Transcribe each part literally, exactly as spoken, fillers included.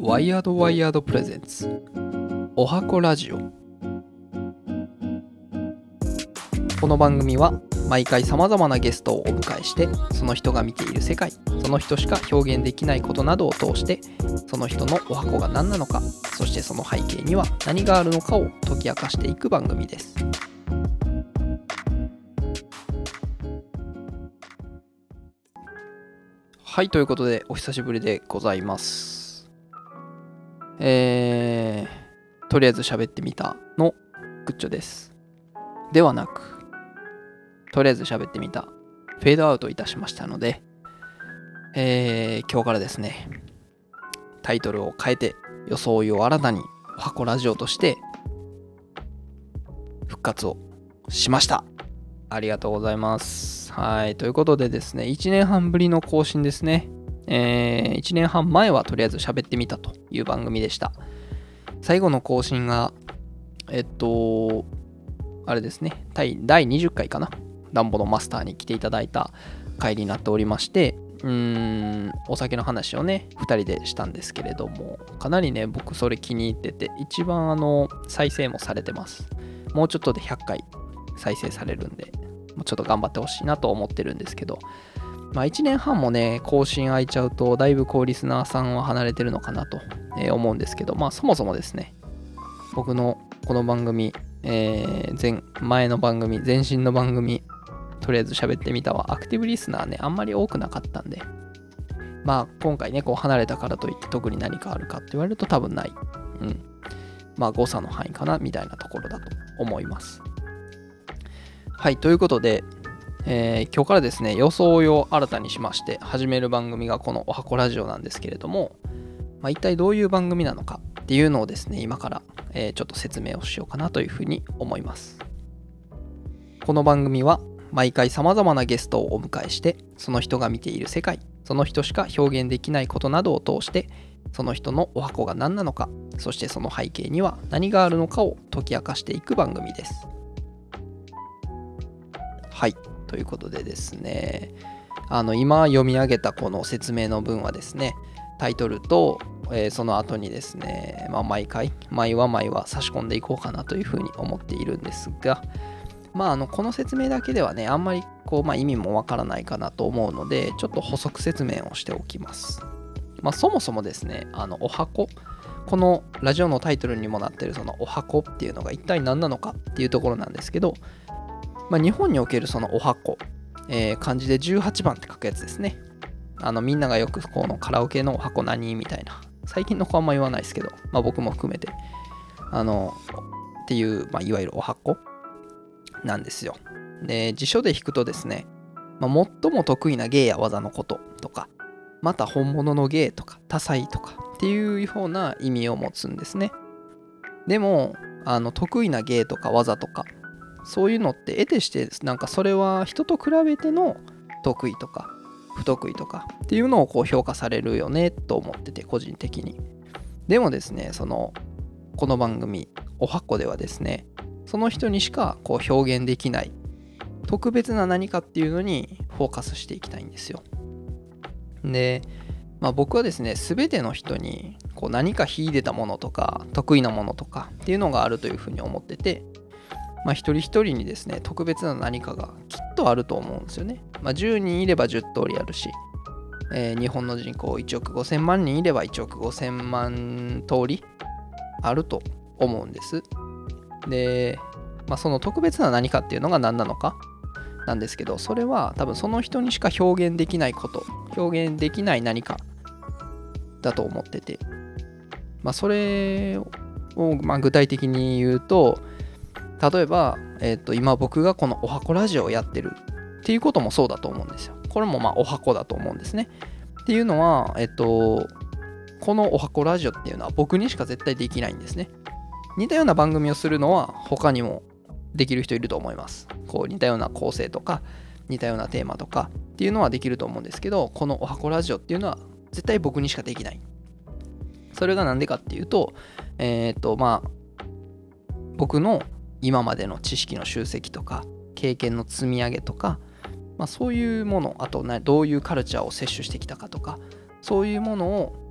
ワイヤードワイヤードプレゼンツおはこラジオ。この番組は毎回さまざまなゲストをお迎えして、その人が見ている世界、その人しか表現できないことなどを通して、その人のおはこが何なのか、そしてその背景には何があるのかを解き明かしていく番組です。はい、ということでお久しぶりでございます。えー、とりあえず喋ってみたのグッチョです。ではなく、とりあえず喋ってみたフェードアウトいたしましたので、えー、今日からですね、タイトルを変えて装いを新たにおはこラジオとして復活をしました。ありがとうございます。はい、ということでですね、いちねんはんぶりの更新ですね。えー、いちねんはん前はとりあえず喋ってみたという番組でした。最後の更新がえっとあれですね、だいにじゅっかいかな、ダンボのマスターに来ていただいた回になっておりまして、うーんお酒の話をねふたりでしたんですけれども、かなりね僕それ気に入ってて、一番あの再生もされてます。もうちょっとでひゃっかい再生されるんで、もうちょっと頑張ってほしいなと思ってるんですけど、まあいちねんはんもね更新空いちゃうとだいぶこうリスナーさんは離れてるのかなと思うんですけど、まあそもそもですね、僕のこの番組、えー、前前の番組前身の番組とりあえず喋ってみたはアクティブリスナーねあんまり多くなかったんで、まあ今回ねこう離れたからといって特に何かあるかって言われると多分ない、うんまあ誤差の範囲かなみたいなところだと思います。はい、ということで、えー、今日からですね装いを新たにしまして始める番組がこのおはこラジオなんですけれども、まあ、一体どういう番組なのかっていうのをですね今から、えー、ちょっと説明をしようかなというふうに思います。この番組は毎回さまざまなゲストをお迎えして、その人が見ている世界、その人しか表現できないことなどを通して、その人のおはこが何なのか、そしてその背景には何があるのかを解き明かしていく番組です。はい、ということでですね、あの今読み上げたこの説明の文はですね、タイトルと、えー、その後にですね、まあ、毎回毎話毎話差し込んでいこうかなというふうに思っているんですが、まあ、あのこの説明だけではねあんまりこう、まあ、意味もわからないかなと思うので、ちょっと補足説明をしておきます。まあ、そもそもですね、あのおはこ、このラジオのタイトルにもなっているそのおはこっていうのが一体何なのかっていうところなんですけど、まあ、日本におけるそのおはこ、えー、漢字でじゅうはちばんって書くやつですね。あのみんながよくこのカラオケのおはこ何みたいな、最近の子はあんま言わないですけど、まあ、僕も含めてあのっていう、まあ、いわゆるおはこなんですよ。で辞書で引くとですね、まあ、最も得意な芸や技のこととか、また本物の芸とか多彩とかっていうような意味を持つんですね。でもあの得意な芸とか技とかそういうのって得てしてなんかそれは人と比べての得意とか不得意とかっていうのをこう評価されるよねと思ってて、個人的に。でもですね、そのこの番組おはこではですね、その人にしかこう表現できない特別な何かっていうのにフォーカスしていきたいんですよ。で、まあ、僕はですね全ての人にこう何か秀でたものとか得意なものとかっていうのがあるというふうに思ってて、まあ、一人一人にですね特別な何かがきっとあると思うんですよね。まあ、じゅうにんいればじゅう通りあるし、えー、日本の人口いちおくごせんまんにんいればいちおくごせんまん通りあると思うんです。で、まあ、その特別な何かっていうのが何なのかなんですけど、それは多分その人にしか表現できないこと、表現できない何かだと思ってて、まあ、それをまあ具体的に言うと、例えば、えー、と今僕がこのおはこラジオをやってるっていうこともそうだと思うんですよ。これもまあおはこだと思うんですね。っていうのは、えっ、ー、とこのおはこラジオっていうのは僕にしか絶対できないんですね。似たような番組をするのは他にもできる人いると思います。こう似たような構成とか似たようなテーマとかっていうのはできると思うんですけど、このおはこラジオっていうのは絶対僕にしかできない。それがなんでかっていうと、えっ、ー、とまあ僕の今までの知識の集積とか経験の積み上げとか、まあ、そういうもの、あと、ね、どういうカルチャーを摂取してきたかとか、そういうものを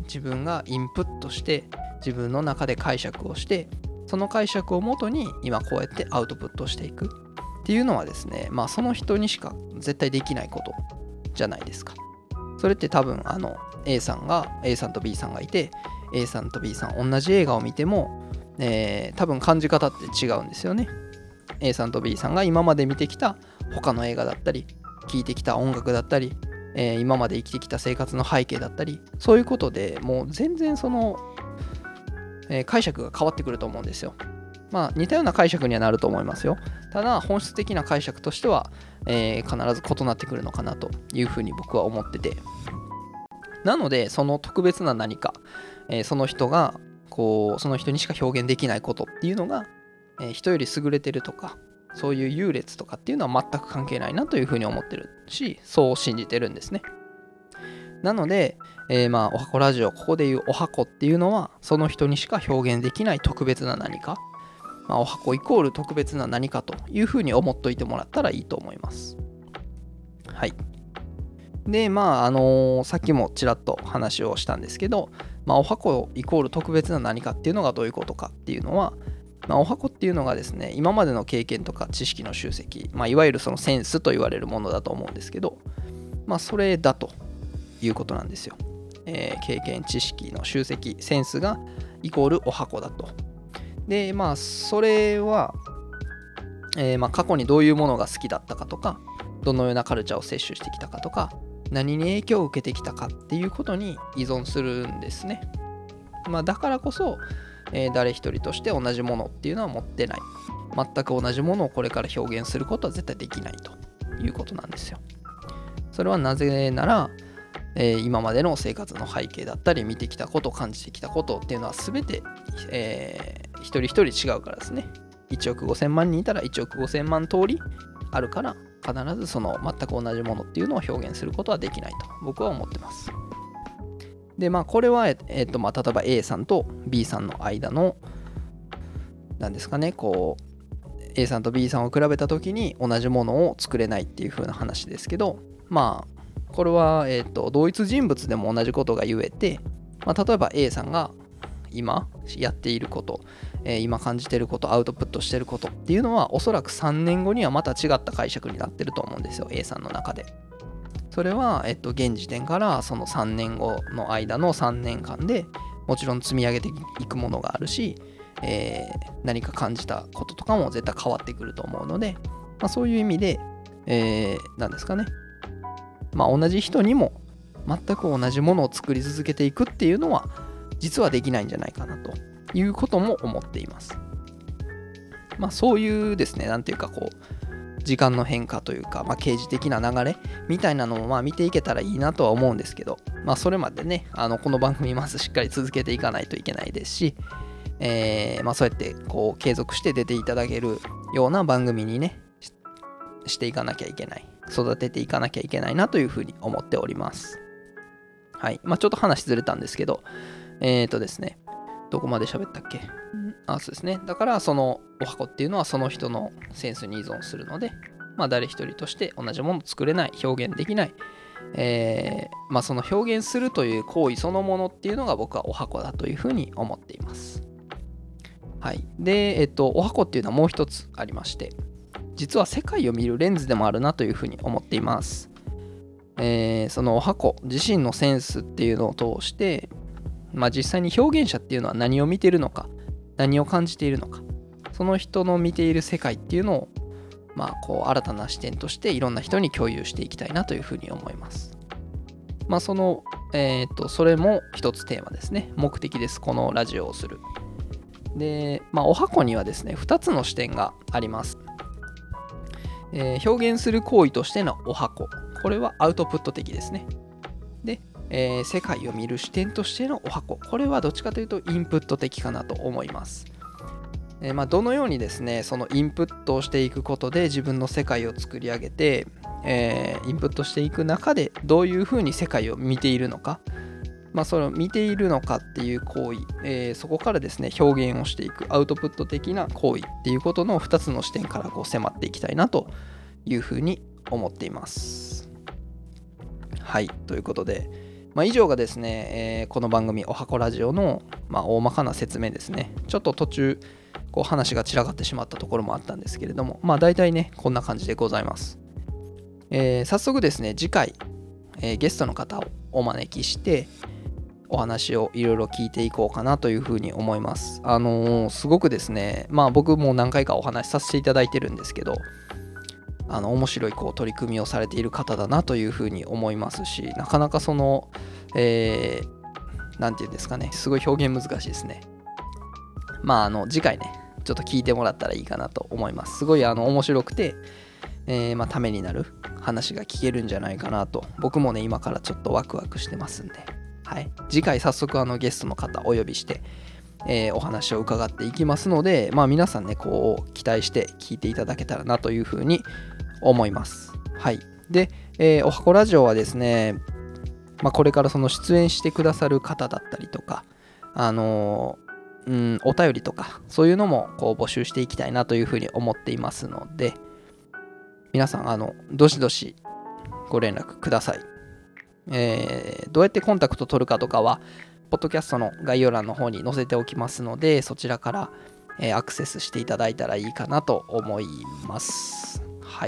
自分がインプットして自分の中で解釈をして、その解釈をもとに今こうやってアウトプットしていくっていうのはですね、まあその人にしか絶対できないことじゃないですか。それって多分あの A さんが A さんと B さんがいて、 A さんと B さん同じ映画を見ても、えー、多分感じ方って違うんですよね。 A さんと B さんが今まで見てきた他の映画だったり、聴いてきた音楽だったり、えー、今まで生きてきた生活の背景だったり、そういうことでもう全然その、えー、解釈が変わってくると思うんですよ。まあ似たような解釈にはなると思いますよ。ただ本質的な解釈としては、えー、必ず異なってくるのかなというふうに僕は思ってて、なのでその特別な何か、えー、その人がこうその人にしか表現できないことっていうのが、えー、人より優れてるとか、そういう優劣とかっていうのは全く関係ないなというふうに思ってるし、そう信じてるんですね。なので、えー、まあおはこラジオ、ここでいうおはこっていうのはその人にしか表現できない特別な何か、まあ、おはこイコール特別な何かというふうに思っといてもらったらいいと思います。はい。で、まあ、あのー、さっきもちらっと話をしたんですけど、まあ、おはこイコール特別な何かっていうのがどういうことかっていうのは、まあ、おはこっていうのがですね、今までの経験とか知識の集積、まあ、いわゆるそのセンスと言われるものだと思うんですけど、まあ、それだということなんですよ。えー、経験、知識の集積、センスがイコールおはこだと。で、まあ、それは、えー、まあ過去にどういうものが好きだったかとか、どのようなカルチャーを摂取してきたかとか、何に影響を受けてきたかっていうことに依存するんですね。まあ、だからこそ、えー、誰一人として同じものっていうのは持ってない。全く同じものをこれから表現することは絶対できないということなんですよ。それはなぜなら、えー、今までの生活の背景だったり、見てきたこと、感じてきたことっていうのは全て、えー、一人一人違うからですね。いちおくごせんまんにんいたらいちおくごせんまん通りあるから、必ずその全く同じものっていうのを表現することはできないと僕は思ってます。で、まあこれは、えーとまあ、例えば A さんと B さんの間のなんですかね、こう A さんと B さんを比べた時に同じものを作れないっていう風な話ですけど、まあこれは、えーと同一人物でも同じことが言えて、まあ、例えば A さんが今やっていること、えー、今感じていること、アウトプットしていることっていうのはおそらくさんねんごにはまた違った解釈になってると思うんですよ、 A さんの中で。それは、えっと、現時点からそのさんねんごの間のさんねんかんでもちろん積み上げていくものがあるし、えー、何か感じたこととかも絶対変わってくると思うので、まあ、そういう意味で、えー、なんですかね、まあ同じ人にも全く同じものを作り続けていくっていうのは実はできないんじゃないかなということも思っています。まあそういうですね、なんていうかこう時間の変化というか、まあ、刑事的な流れみたいなのもまあ見ていけたらいいなとは思うんですけど、まあそれまでね、あのこの番組まずしっかり続けていかないといけないですし、えー、まあそうやってこう継続して出ていただけるような番組にね し, していかなきゃいけない、育てていかなきゃいけないなというふうに思っております。はい、まあちょっと話ずれたんですけど、えーとですね、どこまで喋ったっけ？あ、そうですね。だからそのおはこっていうのはその人のセンスに依存するので、まあ誰一人として同じものを作れない、表現できない、えー、まあその表現するという行為そのものっていうのが僕はおはこだというふうに思っています。はい。で、えっと、おはこっていうのはもう一つありまして、実は世界を見るレンズでもあるなというふうに思っています。えー、そのおはこ自身のセンスっていうのを通して、まあ、実際に表現者っていうのは何を見ているのか、何を感じているのか、その人の見ている世界っていうのを、まあ、こう新たな視点としていろんな人に共有していきたいなというふうに思います。まあその、えー、とそれも一つテーマですね。目的です。このラジオをする。で、まあ、おはこにはですね、ふたつの視点があります。えー、表現する行為としてのおはこ。これはアウトプット的ですね。で、えー、世界を見る視点としてのおはこ。これはどっちかというとインプット的かなと思います。えーまあ、どのようにですね、そのインプットをしていくことで自分の世界を作り上げて、えー、インプットしていく中でどういうふうに世界を見ているのか、まあ、それを見ているのかっていう行為、えー、そこからですね表現をしていくアウトプット的な行為っていうことのふたつの視点からこう迫っていきたいなというふうに思っています。はい、ということで、 まあ、以上がですね、えーこの番組おはこラジオの、まあ、大まかな説明ですね。ちょっと途中こう話が散らかってしまったところもあったんですけれども、まあ大体ねこんな感じでございます。えー早速ですね、次回、えーゲストの方をお招きしてお話をいろいろ聞いていこうかなというふうに思います。あのーすごくですね、まあ僕も何回かお話しさせていただいてるんですけど、あの面白いこう取り組みをされている方だなというふうに思いますし、なかなかその、えー、なんていうんですかね、すごい表現難しいですね。まああの次回ね、ちょっと聞いてもらったらいいかなと思います。すごいあの面白くて、えーまあ、ためになる話が聞けるんじゃないかなと、僕もね今からちょっとワクワクしてますんで、はい、次回早速あのゲストの方お呼びして、えーお話を伺っていきますので、まあ皆さんねこう期待して聞いていただけたらなというふうに思います。はい。で、えーおはこラジオはですね、まあ、これからその出演してくださる方だったりとか、あのーうん、お便りとかそういうのもこう募集していきたいなというふうに思っていますので、皆さんあのどしどしご連絡ください。えーどうやってコンタクト取るかとかはポッドキャストの概要欄の方に載せておきますので、そちらから、えーアクセスしていただいたらいいかなと思います。はい。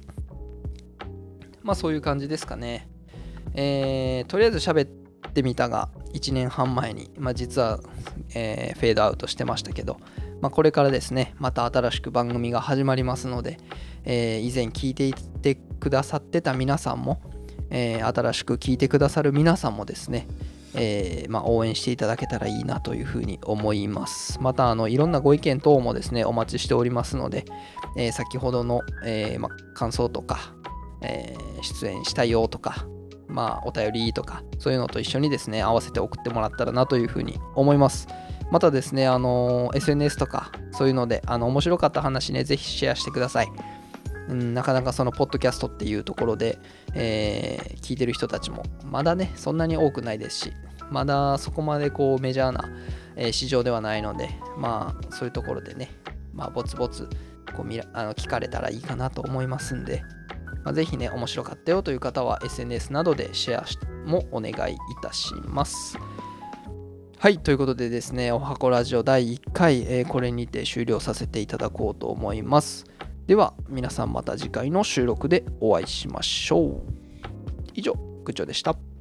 まあそういう感じですかね。えーとりあえず喋ってみたがいちねんはん前に、まあ、実は、えーフェードアウトしてましたけど、まあ、これからですねまた新しく番組が始まりますので、えー以前聞いていってくださってた皆さんも、えー新しく聞いてくださる皆さんもですね、えーまあ、応援していただけたらいいなというふうに思います。またあのいろんなご意見等もですねお待ちしておりますので、えー先ほどの、えーまあ、感想とか、えー出演したいよとか、まあお便りとかそういうのと一緒にですね合わせて送ってもらったらなというふうに思います。またですねあの エスエヌエス とかそういうのであの面白かった話ねぜひシェアしてください。うん、なかなかそのポッドキャストっていうところで、えー聞いてる人たちもまだねそんなに多くないですし、まだそこまでこうメジャーな、えー市場ではないので、まあそういうところでね、まあぼつぼつこう見らあの聞かれたらいいかなと思いますんで、まあ、ぜひね面白かったよという方は エスエヌエス などでシェアしてもお願いいたします。はい、ということでですね、おはこラジオだいいっかい、えーこれにて終了させていただこうと思います。では皆さんまた次回の収録でお会いしましょう。以上、グッチョでした。